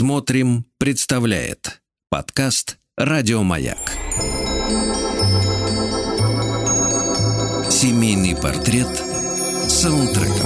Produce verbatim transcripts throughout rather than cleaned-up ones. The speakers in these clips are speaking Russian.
Смотрим, представляет подкаст «Радио Маяк». Семейный портрет с саундтреком.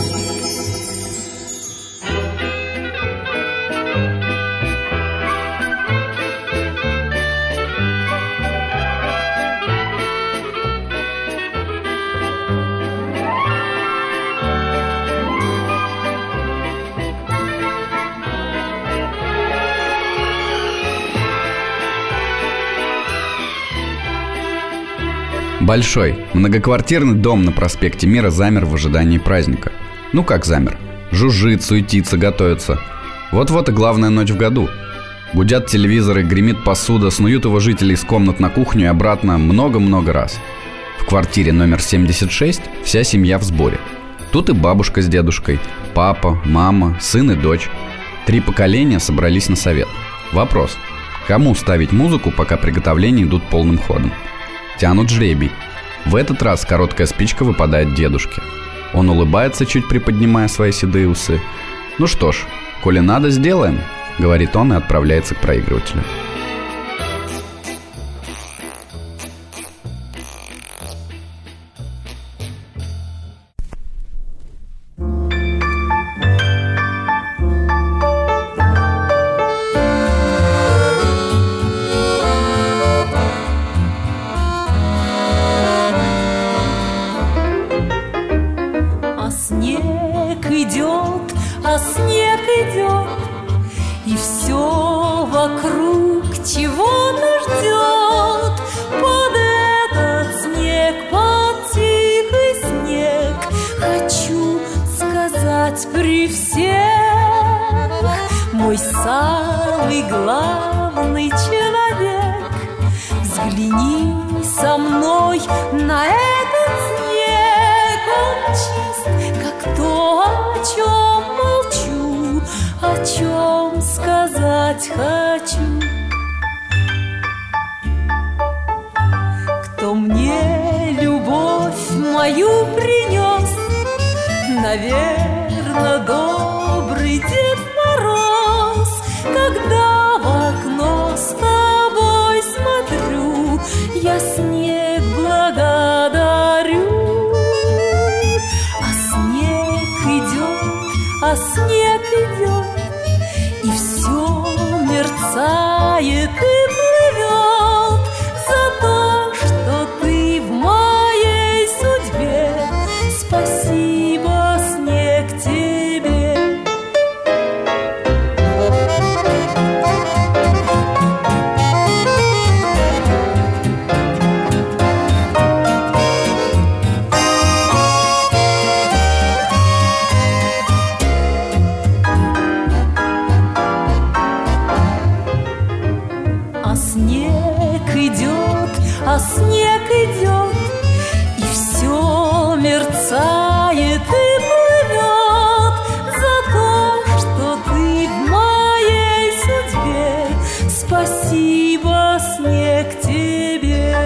Большой, многоквартирный дом на проспекте Мира замер в ожидании праздника. Ну как замер? Жужжит, суетится, готовится. Вот-вот и главная ночь в году. Гудят телевизоры, гремит посуда, снуют его жители из комнат на кухню и обратно много-много раз. В квартире номер семьдесят шесть вся семья в сборе. Тут и бабушка с дедушкой, папа, мама, сын и дочь. Три поколения собрались на совет. Вопрос: кому ставить музыку, пока приготовления идут полным ходом? Тянут жребий. В этот раз короткая спичка выпадает дедушке. Он улыбается, чуть приподнимая свои седые усы. «Ну что ж, коли надо, сделаем», — говорит он и отправляется к проигрывателю. А снег идет, и все вокруг чего-то ждет. Под этот снег, под тихий снег, хочу сказать при всех: мой самый главный человек, взгляни со мной на этот снег. Он чист, как то, о чем молчу, о чем сказать хочу. Кто мне любовь мою принес? Наверно, добрый Дед Мороз. Когда в окно с тобой смотрю, я снег благодарю. А снег идет, и все мерцает и плывет за то, что ты в моей судьбе. Спасибо, снег, тебе. А снег идет, и все мерцает и плывет за то, что ты в моей судьбе. Спасибо, снег, тебе.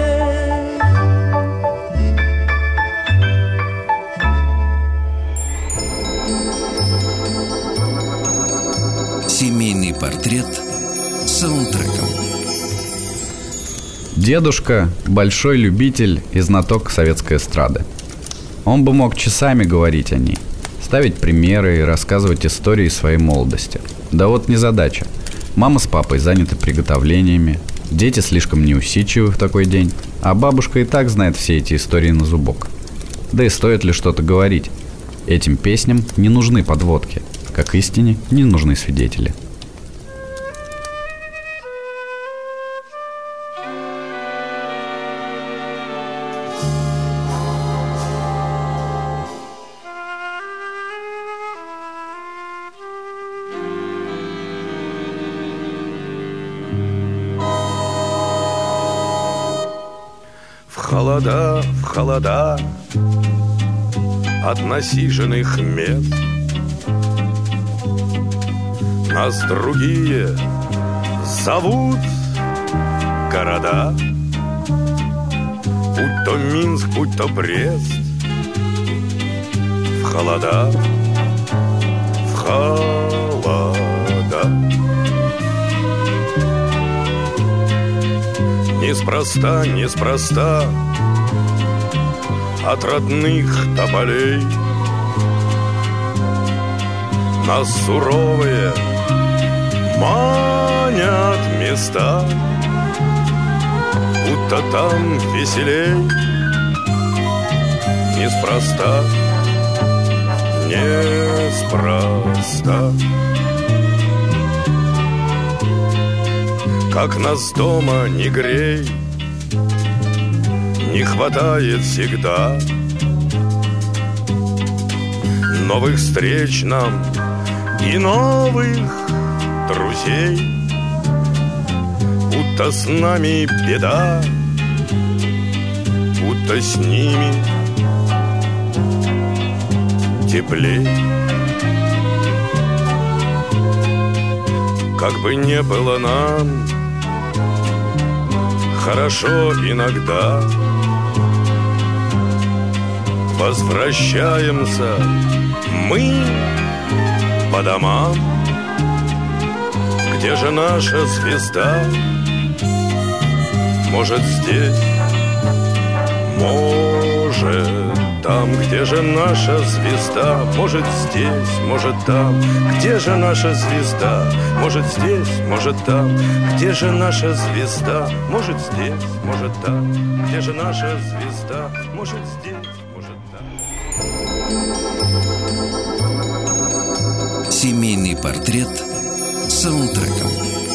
Семейный портрет с саундтреком. Дедушка – большой любитель и знаток советской эстрады. Он бы мог часами говорить о ней, ставить примеры и рассказывать истории своей молодости. Да вот незадача. Мама с папой заняты приготовлениями, дети слишком неусидчивы в такой день, а бабушка и так знает все эти истории на зубок. Да и стоит ли что-то говорить? Этим песням не нужны подводки, как истине не нужны свидетели. В холода, в холода от насиженных мест нас другие зовут города. Будь то Минск, будь то Брест, в холода, в холода. неспроста, неспроста от родных тополей нас суровые манят места, будто там веселей. Неспроста, неспроста, как нас дома не грей, не хватает всегда новых встреч нам и новых друзей, будто с нами беда, будто с ними теплей. Как бы не было нам хорошо иногда, возвращаемся мы по домам. Где же наша звезда? Может, здесь, может, там. Где же наша звезда? Может, здесь, может, там. Где же наша звезда? Может, здесь, может, там. Где же наша звезда? Может, здесь, может, там. Где же наша звезда? Может, здесь, может, там. Семейный портрет саундтреком.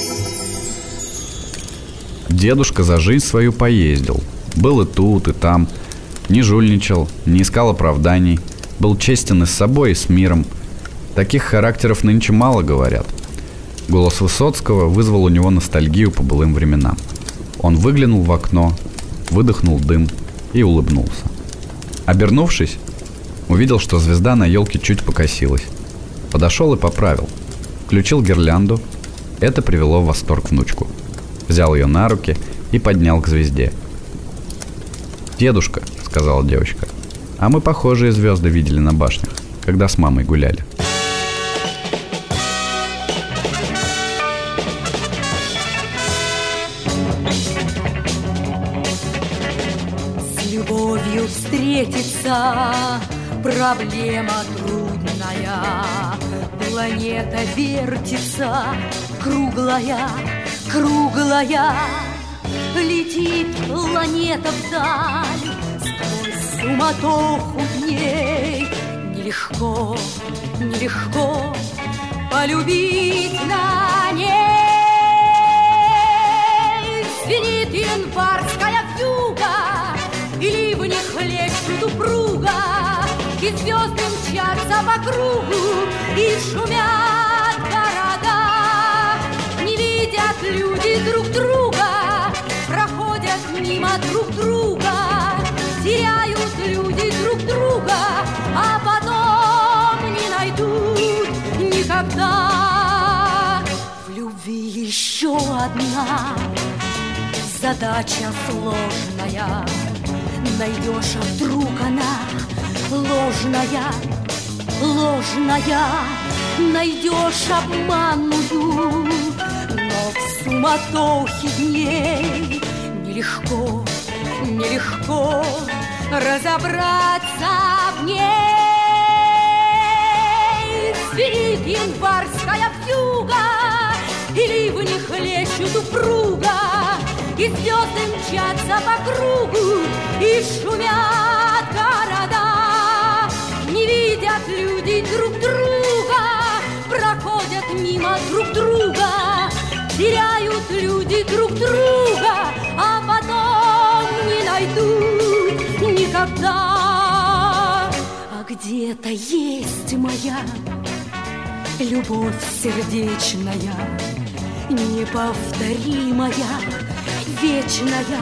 Дедушка за жизнь свою поездил. Был и тут, и там. Не жульничал, не искал оправданий. Был честен и с собой, и с миром. Таких характеров нынче мало, говорят. Голос Высоцкого вызвал у него ностальгию по былым временам. Он выглянул в окно, выдохнул дым и улыбнулся. Обернувшись, увидел, что звезда на елке чуть покосилась. Подошел и поправил. Включил гирлянду. Это привело в восторг внучку. Взял ее на руки и поднял к звезде. «Дедушка», — сказала девочка, — «а мы похожие звезды видели на башнях, когда с мамой гуляли». С любовью встретиться проблема трудная. Планета вертится, круглая, круглая. Летит планета вдаль, сквозь суматоху дней. Нелегко, нелегко полюбить на ней. Звенит январская вьюга, и ливни хлещут упруга, и звезды мчатся по кругу, и шумят города. Не видят люди друг друга, проходят мимо друг друга, теряют люди друг друга, а потом не найдут никогда. В любви еще одна задача сложная. Найдешь, а вдруг она ложная, ложная. Найдешь обманную, но в суматохе дней нелегко, нелегко разобраться в ней. Звенит январская вьюга, и ливни хлещут упруга, и звезды мчатся по кругу, и шумят города. Не видят люди друг друга, проходят мимо друг друга, теряют люди друг друга, а потом не найдут никогда. А где-то есть моя любовь сердечная, неповторимая, вечная,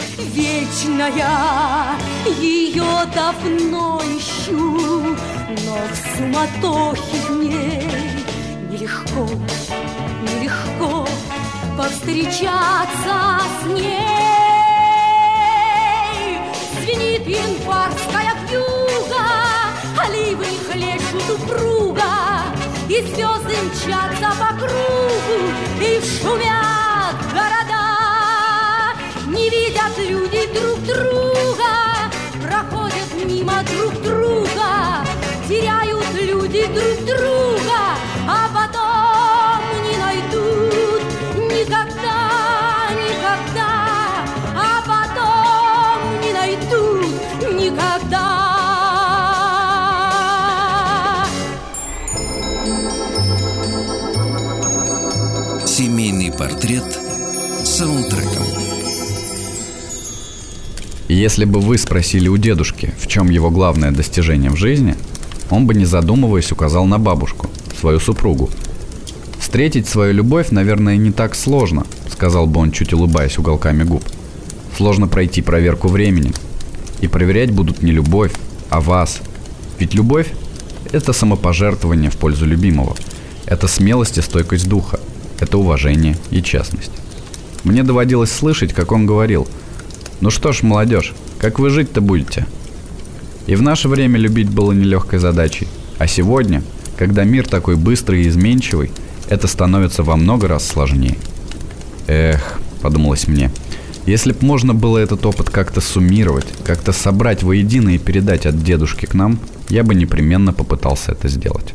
вечная. Ее давно ищу, но в суматохе дней нелегко, нелегко повстречаться с ней. Звенит январская вьюга, а ливни хлещут упруга, и звезды мчатся по кругу, и шумят города. Не ищут друга, а потом не найдут никогда, никогда, а потом не найдут никогда. Семейный портрет саундтреком. Если бы вы спросили у дедушки, в чем его главное достижение в жизни, он бы, не задумываясь, указал на бабушку, свою супругу. «Встретить свою любовь, наверное, не так сложно», — сказал бы он, чуть улыбаясь уголками губ. «Сложно пройти проверку временем. И проверять будут не любовь, а вас. Ведь любовь — это самопожертвование в пользу любимого. Это смелость и стойкость духа. Это уважение и честность». Мне доводилось слышать, как он говорил: «Ну что ж, молодежь, как вы жить-то будете?» И в наше время любить было нелегкой задачей. А сегодня, когда мир такой быстрый и изменчивый, это становится во много раз сложнее. Эх, подумалось мне, если б можно было этот опыт как-то суммировать, как-то собрать воедино и передать от дедушки к нам, я бы непременно попытался это сделать.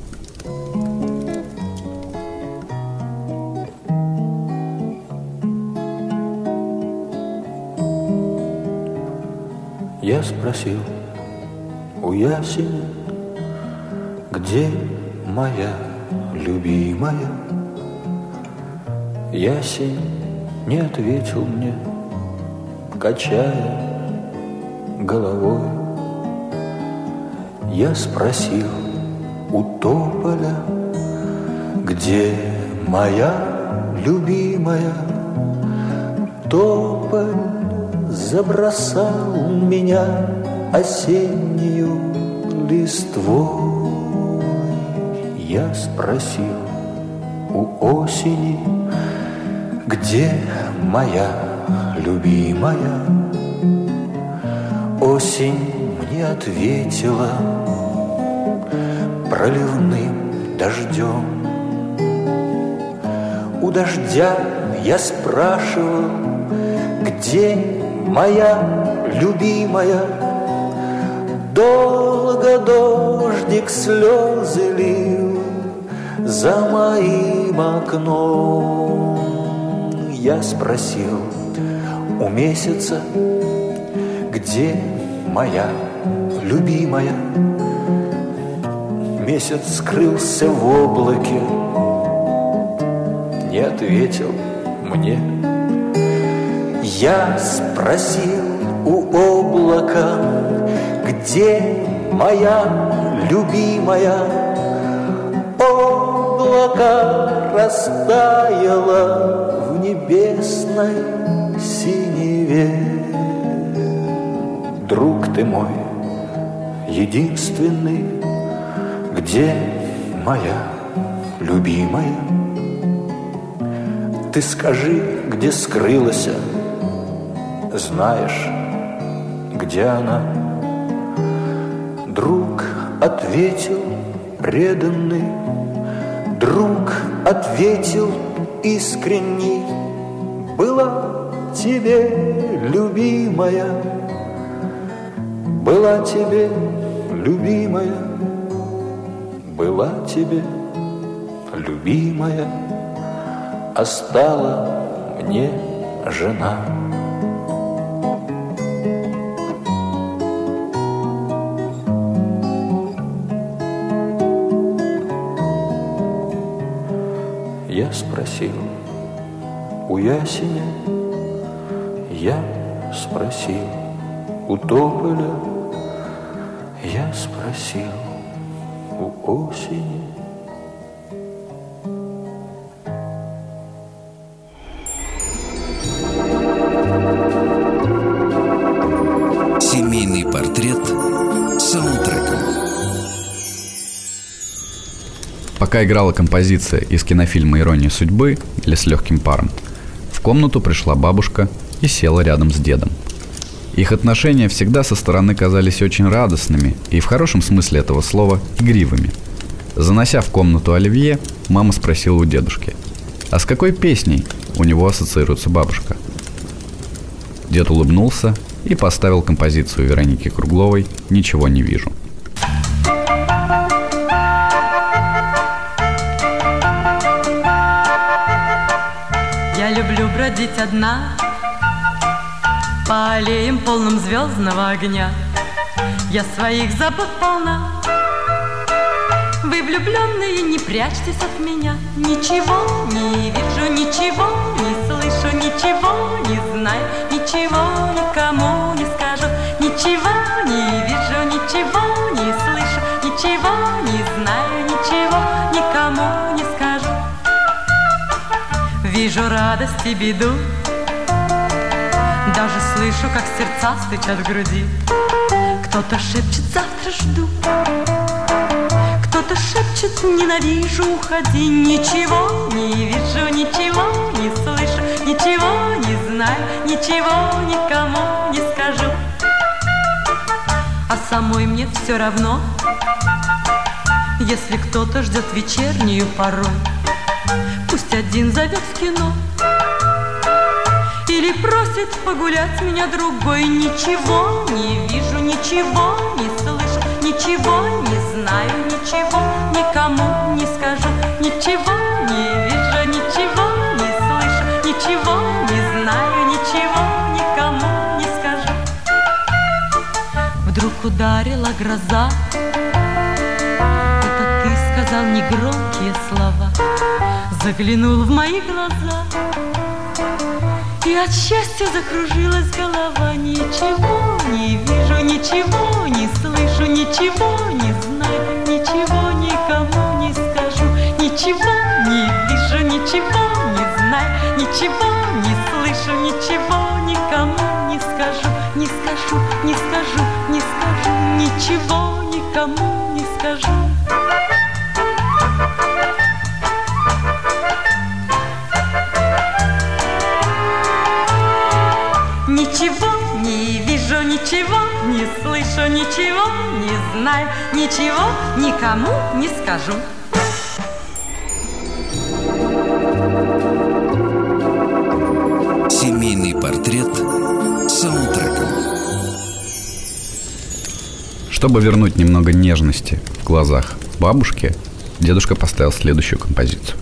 Я спросил у ясеня, где моя любимая. Ясень не ответил мне, качая головой. Я спросил у тополя, где моя любимая. Тополь забросал меня осеннюю листвой. Я спросил у осени, где моя любимая. Осень мне ответила проливным дождем. У дождя я спрашивал, где моя любимая. Долго дождик слезы лил за моим окном. Я спросил у месяца, где моя любимая. Месяц скрылся в облаке, не ответил мне. Я спросил у облака, где моя любимая. Облако растаяло в небесной синеве. Друг ты мой единственный, где моя любимая? Ты скажи, где скрылась, знаешь, где она? Друг ответил преданный, друг ответил искренний: была тебе любимая, была тебе любимая, была тебе любимая, а стала мне жена. Я спросил у ясеня, я спросил у тополя, я спросил у осени. Семейный портрет саундтреком. Пока играла композиция из кинофильма «Ирония судьбы» или «С легким паром», в комнату пришла бабушка и села рядом с дедом. Их отношения всегда со стороны казались очень радостными и, в хорошем смысле этого слова, игривыми. Занося в комнату оливье, мама спросила у дедушки: «А с какой песней у него ассоциируется бабушка?» Дед улыбнулся и поставил композицию Вероники Кругловой «Ничего не вижу». люблю бродить одна по аллеям, полным звездного огня. Я своих забот полна. Вы, влюбленные, не прячьтесь от меня. Ничего не вижу, ничего не слышу, ничего не знаю, ничего никому не скажу. Ничего не вижу, ничего не слышу, ничего не знаю, ничего никому не скажу. Вижу радость и беду, даже слышу, как сердца стучат в груди. Кто-то шепчет: завтра жду. Кто-то шепчет: ненавижу, уходи. Ничего не вижу, ничего не слышу, ничего не знаю, ничего никому не скажу. А самой мне все равно, если кто-то ждет вечернюю порой. Пусть один зовет в кино или просит погулять меня другой. Ничего не вижу, ничего не слышу, ничего не знаю, ничего никому не скажу. Ничего не вижу, ничего не слышу, ничего не знаю, ничего никому не скажу. Вдруг ударила гроза, это ты сказал негромкие слова, заглянул в мои глаза, и от счастья закружилась голова. Ничего не вижу, ничего не слышу, ничего не знаю, ничего никому не скажу. Ничего не вижу, ничего не знаю, ничего не слышу, ничего никому не скажу. Не скажу, не скажу, не скажу, ничего никому не скажу. Ничего не вижу, ничего не слышу, ничего не знаю, ничего никому не скажу. Семейный портрет саундтреком. Чтобы вернуть немного нежности в глазах бабушки, дедушка поставил следующую композицию.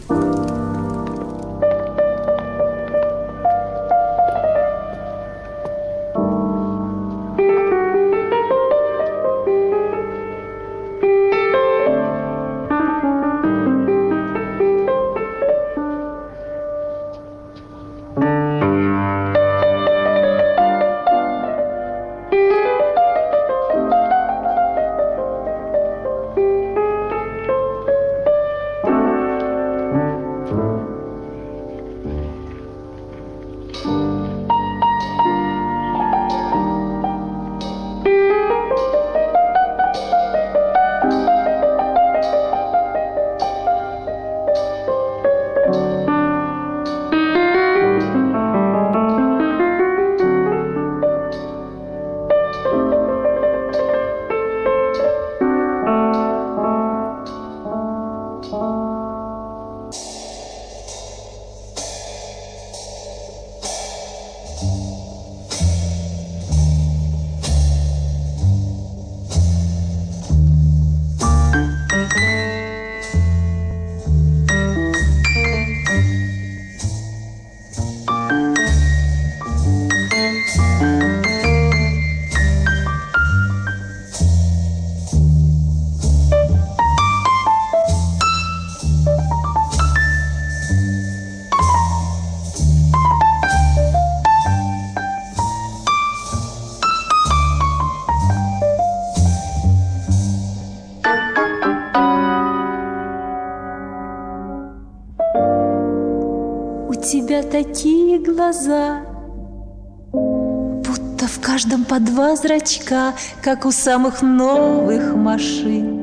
Такие глаза, будто в каждом по два зрачка, как у самых новых машин.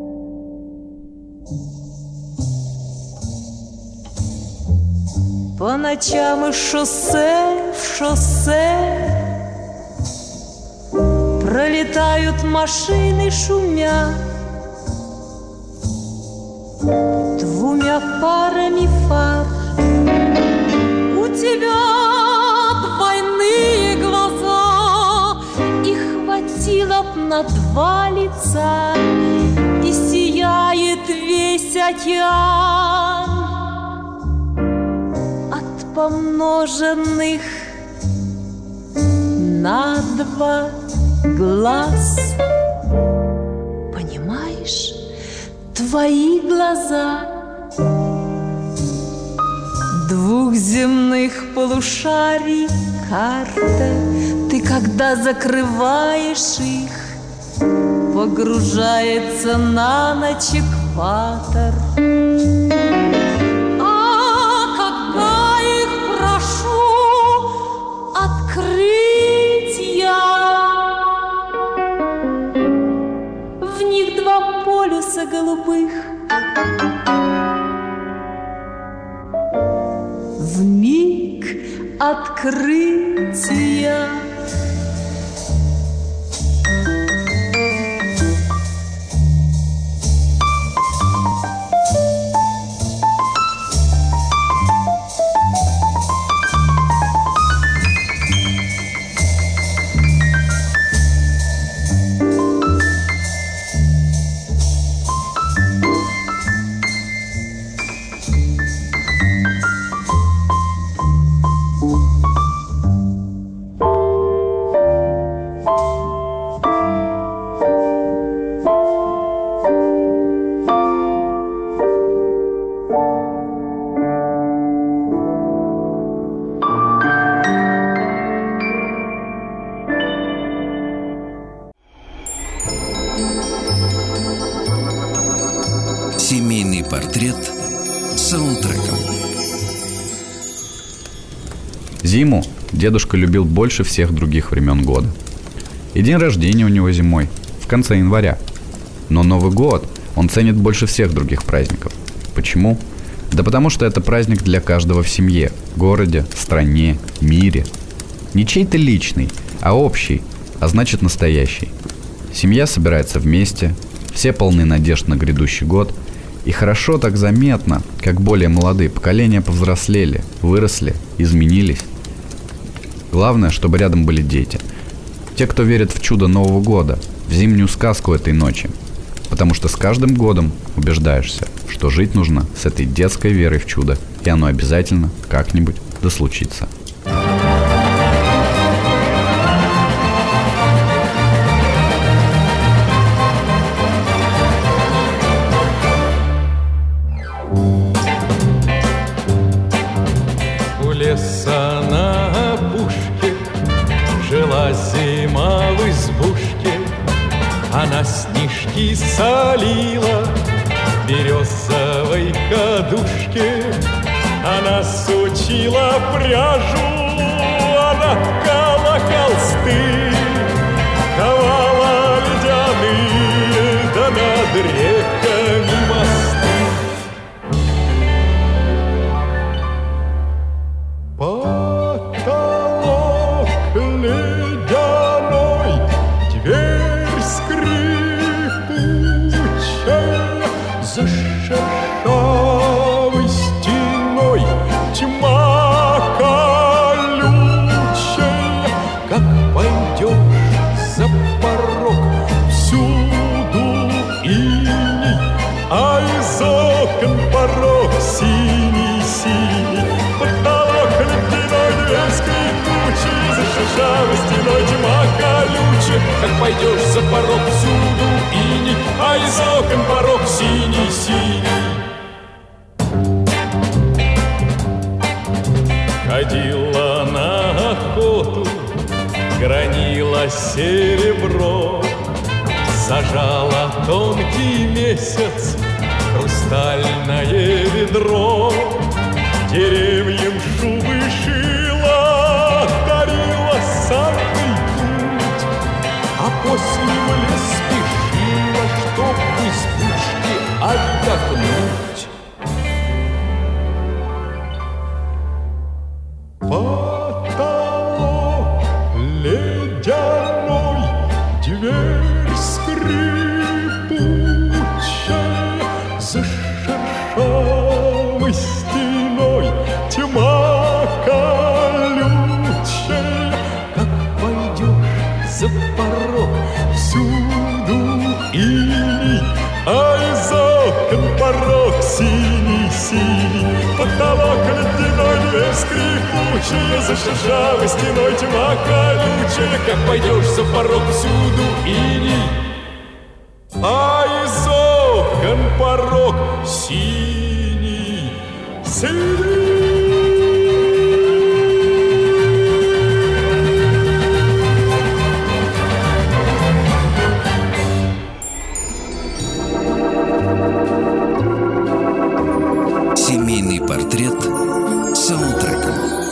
По ночам из шоссе в шоссе пролетают машины, шумя двумя парами фар. У тебя двойные глаза, и хватило б на два лица, и сияет весь океан. От помноженных на два глаз. Понимаешь, твои глаза двух земных полушарий карта. Ты, когда закрываешь их, погружается на ночь экватор. А когда их прошу открыть я, в них два полюса голубых, в миг открытия. Семейный портрет саундтреком. Зиму дедушка любил больше всех других времен года. И день рождения у него зимой, в конце января. Но Новый год он ценит больше всех других праздников. Почему? Да потому что это праздник для каждого в семье, городе, стране, мире. Не чей-то личный, а общий, а значит настоящий. Семья собирается вместе, все полны надежд на грядущий год. И хорошо так заметно, как более молодые поколения повзрослели, выросли, изменились. Главное, чтобы рядом были дети. Те, кто верит в чудо Нового года, в зимнюю сказку этой ночи. Потому что с каждым годом убеждаешься, что жить нужно с этой детской верой в чудо. И оно обязательно как-нибудь да случится. У леса на опушке жила зима в избушке. Она снежки солила в березовой кадушке. Она сучила пряжу, она ткала холсты, ковала ледяные, да над реками мосты. Потолок ледяной, дверь скрипучая, за шершавой стеной тьма колючая. Как пойдешь за порог, всюду иней, а из окон порог синий-синий. Потолок ледяной, дверь скрипучая, за шершавой стеной тьма колючая. Как пойдешь за порог, всюду иней, а из окон порог синий-синий. Ходила на охоту, гранила серебро, зажала тонкий месяц хрустальное ведро. Деревьям шубы шила, дарила санный путь, а после в лес спешила, чтоб в избушке отдохнуть. Потолок ледяной, дверь скрипучая, за шершавой стеной тьма колючая. Как пойдешь за порог, всюду иней, а из окон порог синий-синий. Потолок ледяной, колючие, скрипучие, за шершавой стеной тьма колючая. Как пойдешь за порог, всюду иней, а из окон порог синий, синий. Семейный портрет саундтреком.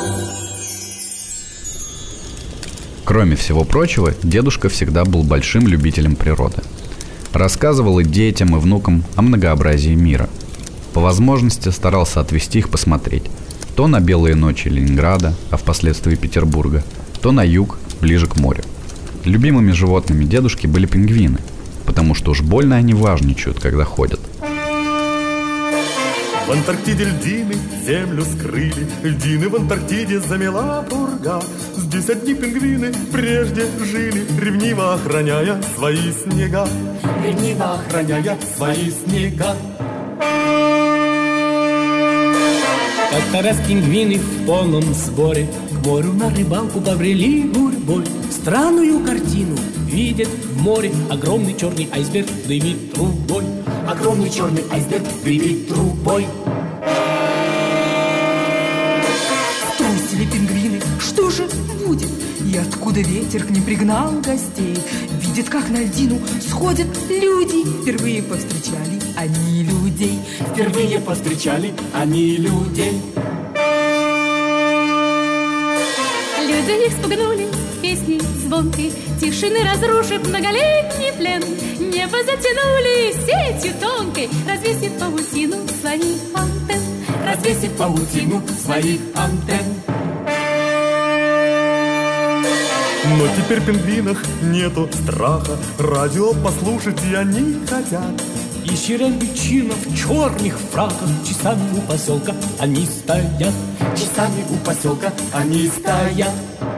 Кроме всего прочего, дедушка всегда был большим любителем природы. Рассказывал и детям, и внукам о многообразии мира. По возможности старался отвезти их посмотреть то на белые ночи Ленинграда, а впоследствии Петербурга, то на юг, ближе к морю. Любимыми животными дедушки были пингвины, потому что уж больно они важничают, когда ходят. В Антарктиде льдины землю скрыли, льдины в Антарктиде замела пурга. Здесь одни пингвины прежде жили, ревниво охраняя свои снега, ревниво охраняя свои снега. Как-то раз пингвины в полном сборе к морю на рыбалку побрели гурьбой. Странную картину видят в море. Огромный черный айсберг дымит трубой. Огромный черный айсберг дымит трубой. Струсили пингвины, что же будет? И откуда ветер к ним пригнал гостей? Видят, как на льдину сходят люди. Впервые повстречали они людей. Впервые повстречали они людей. Люди их спугнули песней звонкой, тишины разрушив многолетний плен. Небо затянули сетью тонкой, развесив паутину своих антенн. Развесив паутину своих антенн. Но теперь в пингвинах нету страха, радио послушать и они хотят. И черепичинов в черных фраках часами у поселка они стоят. Часами у поселка они стоят.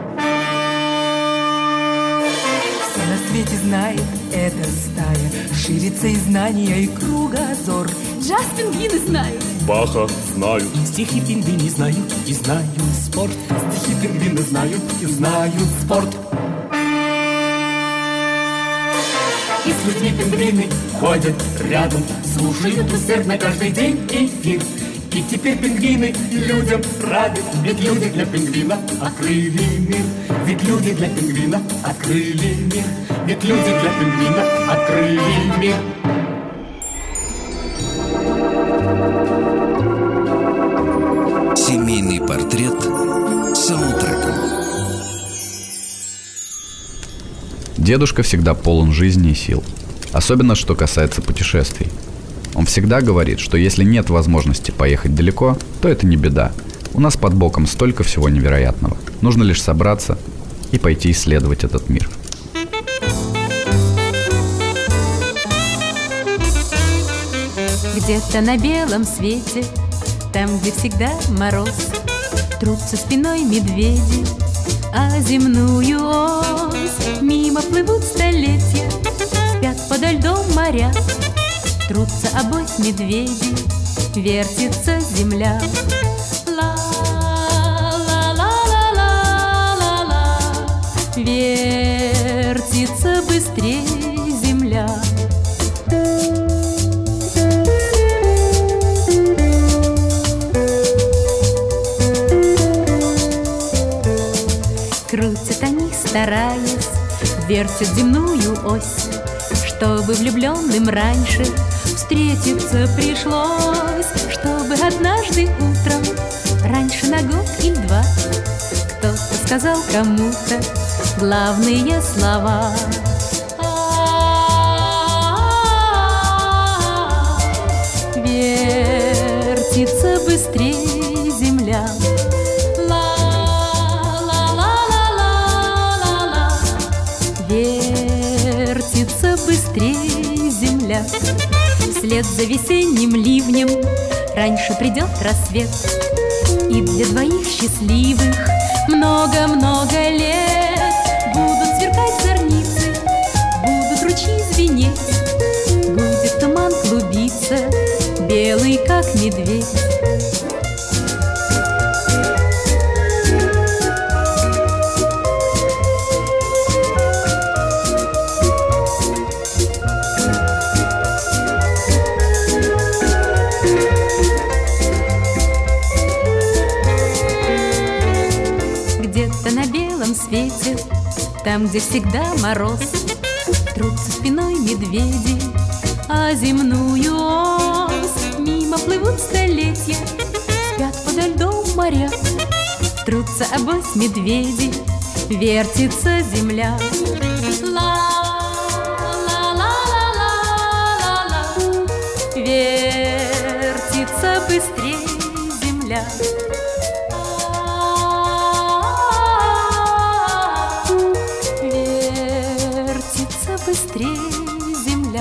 Все на свете знает эта стая, ширится и знания, и кругозор. Джаз пингвины знают, Баха знают, стихи пингвины знают и знают спорт. Стихи пингвины знают и знают спорт. И с людьми пингвины ходят рядом, слушают усердно каждый день эфир. И теперь пингвины людям радят, ведь люди для пингвина открыли мир. Ведь люди для пингвина открыли мир. Ведь люди для пингвина открыли мир. Семейный портрет саундтреком. Дедушка всегда полон жизни и сил, особенно что касается путешествий. Он всегда говорит, что если нет возможности поехать далеко, то это не беда. У нас под боком столько всего невероятного. Нужно лишь собраться и пойти исследовать этот мир. где-то на белом свете, там, где всегда мороз, трутся спиной медведи, а земную ось мимо плывут столетия, спят подо льдом моря, трутся обось медведи, вертится земля. Ла-ла-ла-ла-ла-ла, вертится быстрее земля. Крутят они, стараясь, вертят земную ось, чтобы влюбленным раньше встретиться пришлось, чтобы однажды утром, раньше на год или два, кто-то сказал кому-то главные слова. Вертится быстрее земля. Вертится быстрее земля. Вслед за весенним ливнем раньше придет рассвет, и для двоих счастливых много-много лет будут сверкать зорницы, будут ручьи звенеть, будет туман клубиться, белый как медведь. свете, там, где всегда мороз, трутся спиной медведи, а земную ось мимо плывут столетия, спят подо льдом моря, трутся обось медведи, вертится земля. Ла-ла-ла-ла-ла-ла, вертится быстрей земля. Вертится быстрей земля.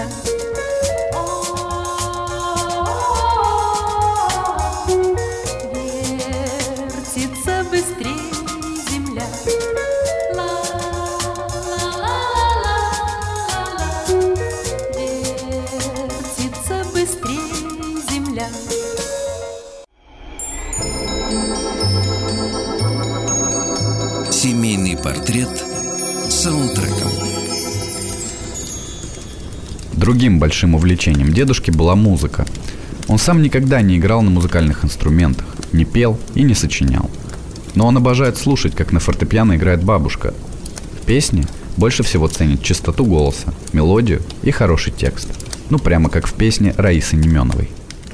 Вертится быстрей земля. Вертится быстрей земля. Семейный портрет саундтреком. Другим большим увлечением дедушки была музыка. Он сам никогда не играл на музыкальных инструментах, не пел и не сочинял. Но он обожает слушать, как на фортепиано играет бабушка. В песне больше всего ценит чистоту голоса, мелодию и хороший текст. Ну, прямо как в песне Раисы Неменовой.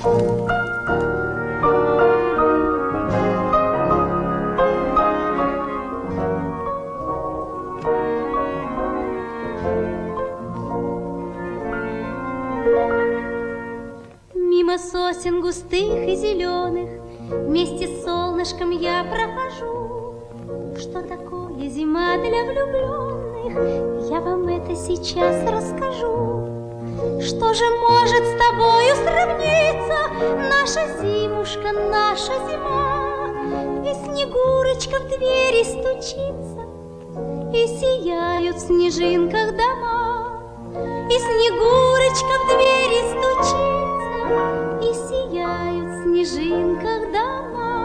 Мимо сосен густых и зеленых вместе с солнышком я прохожу. Что такое зима для влюбленных, я вам это сейчас расскажу. Что же может с тобою сравниться наша зимушка, наша зима? И снегурочка в двери стучится, и сияют в снежинках дома. И снегурочка в двери стучится, и сияют в снежинках дома.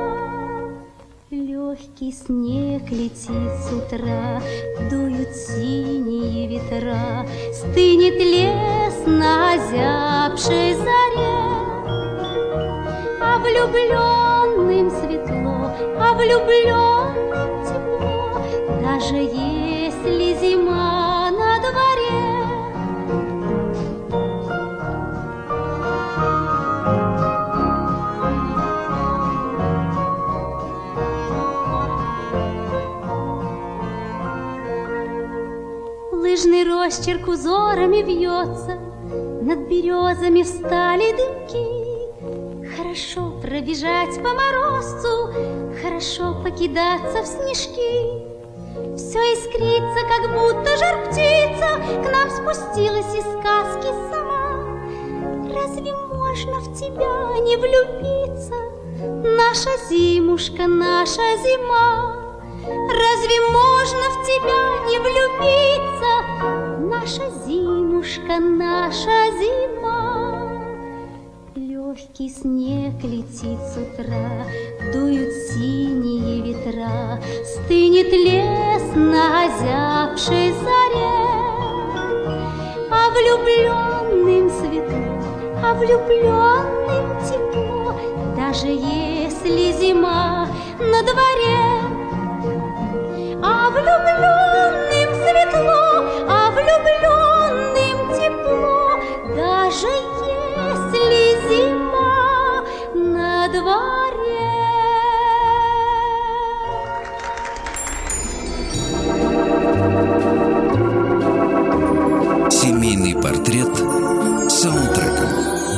Легкий снег летит с утра, дуют синие ветра, стынет лес на озябшей заре. А влюбленным светло, а влюбленным тепло, даже если зима на дворе. Лыжный росчерк узорами вьется, над березами встали дымки. Хорошо пробежать по морозцу, хорошо покидаться в снежки. Все искрится, как будто жар-птица к нам спустилась из сказки сама. Разве можно в тебя не влюбиться, наша зимушка, наша зима? Разве можно в тебя не влюбиться, наша зимушка, наша зима? Легкий снег летит с утра, дуют синие ветра, стынет лес на озябшей заре. А влюбленным светло, а влюбленным тепло, даже если зима на дворе. А влюбленным светло, а влюбленным тепло, даже если зима на дворе. Семейный портрет саундтреком.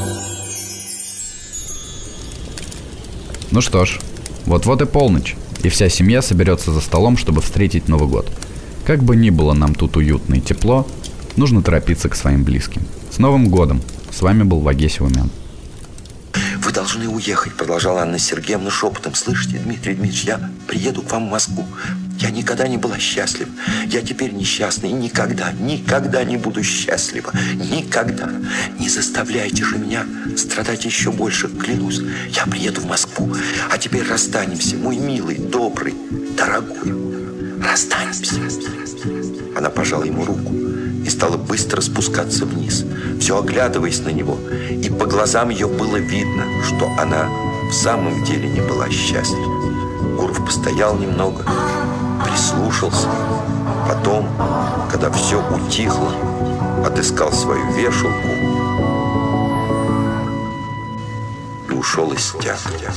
Ну что ж, вот-вот и полночь, и вся семья соберется за столом, чтобы встретить Новый год. Как бы ни было нам тут уютно и тепло, нужно торопиться к своим близким. С Новым годом! С вами был Вагесий Умян. Вы должны уехать, продолжала Анна Сергеевна шепотом. Слышите, Дмитрий Дмитриевич, я приеду к вам в Москву. Я никогда не была счастлива. Я теперь несчастна и никогда, никогда не буду счастлива. Никогда. Не заставляйте же меня страдать еще больше, клянусь. Я приеду в Москву. А теперь расстанемся, мой милый, добрый, дорогой. Расстанемся. Она пожала ему руку и стала быстро спускаться вниз, все оглядываясь на него. И по глазам ее было видно, что она в самом деле не была счастлива. Гуров постоял немного прислушался. Потом, когда все утихло, отыскал свою вешалку и ушел из театра.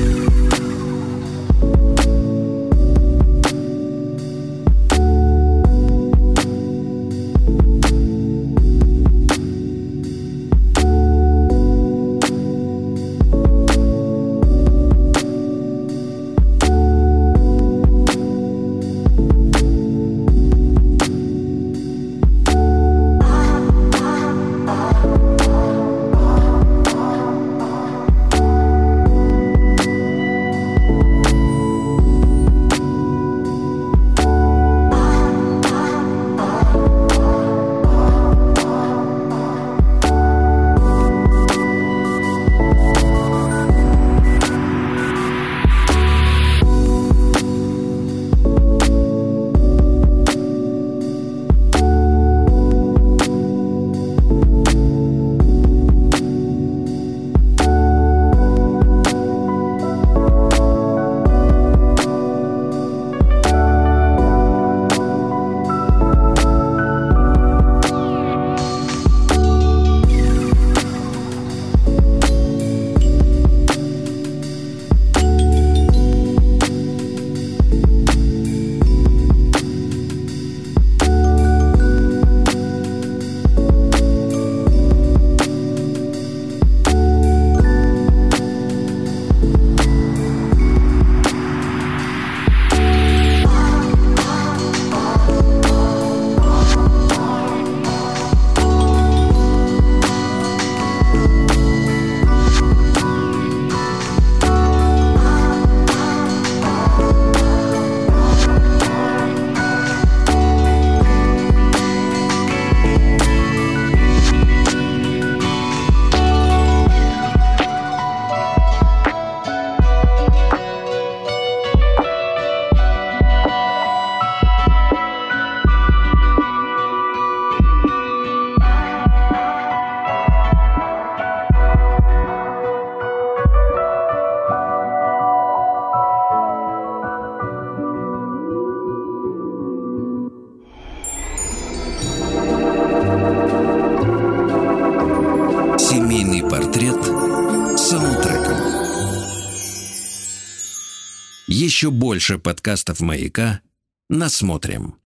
Семейный портрет саундтреком. Еще больше подкастов «Маяка» насмотрим.